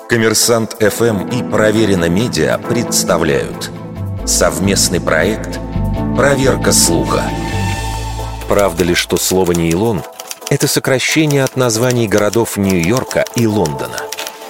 Коммерсант ФМ и Проверено Медиа представляют совместный проект «Проверка слуха». Правда ли, что слово «нейлон» — это сокращение от названий городов Нью-Йорка и Лондона?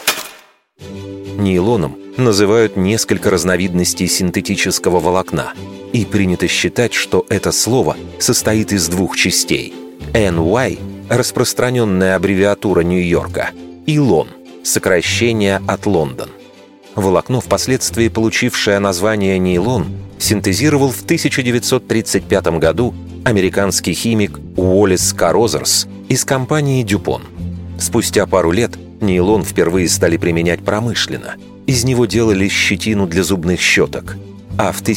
Нейлоном называют несколько разновидностей синтетического волокна, и принято считать, что это слово состоит из двух частей. NY – распространенная аббревиатура Нью-Йорка, и лон – сокращение от Лондон. Волокно, впоследствии получившее название нейлон, синтезировал в 1935 году американский химик Уоллес Карозерс из компании DuPont. Спустя пару лет нейлон впервые стали применять промышленно. Из него делали щетину для зубных щеток. А в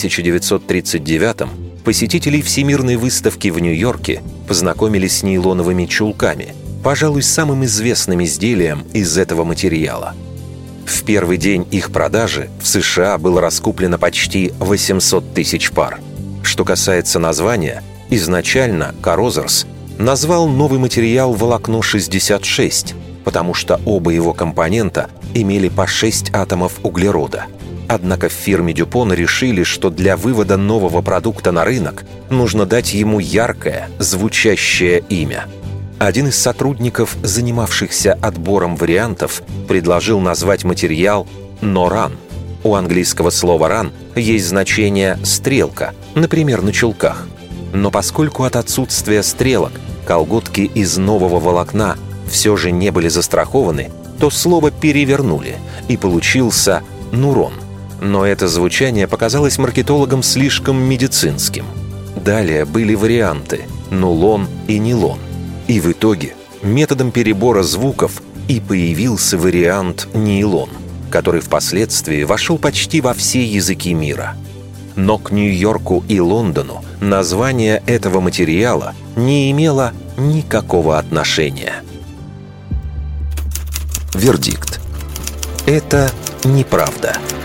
1939-м посетители Всемирной выставки в Нью-Йорке познакомились с нейлоновыми чулками, пожалуй, самым известным изделием из этого материала. В первый день их продажи в США было раскуплено почти 800 тысяч пар. Что касается названия, изначально Карозерс назвал новый материал волокно-66, потому что оба его компонента имели по 6 атомов углерода. Однако в фирме DuPont решили, что для вывода нового продукта на рынок нужно дать ему яркое, звучащее имя. Один из сотрудников, занимавшихся отбором вариантов, предложил назвать материал «Норан». У английского слова «ран» есть значение «стрелка», например, на чулках. Но поскольку от отсутствия стрелок колготки из нового волокна все же не были застрахованы, то слово перевернули, и получился «нурон». Но это звучание показалось маркетологам слишком медицинским. Далее были варианты «нулон» и «нилон». И в итоге методом перебора звуков и появился вариант «нейлон», который впоследствии вошел почти во все языки мира. Но к Нью-Йорку и Лондону название этого материала не имело никакого отношения. Вердикт. Это неправда.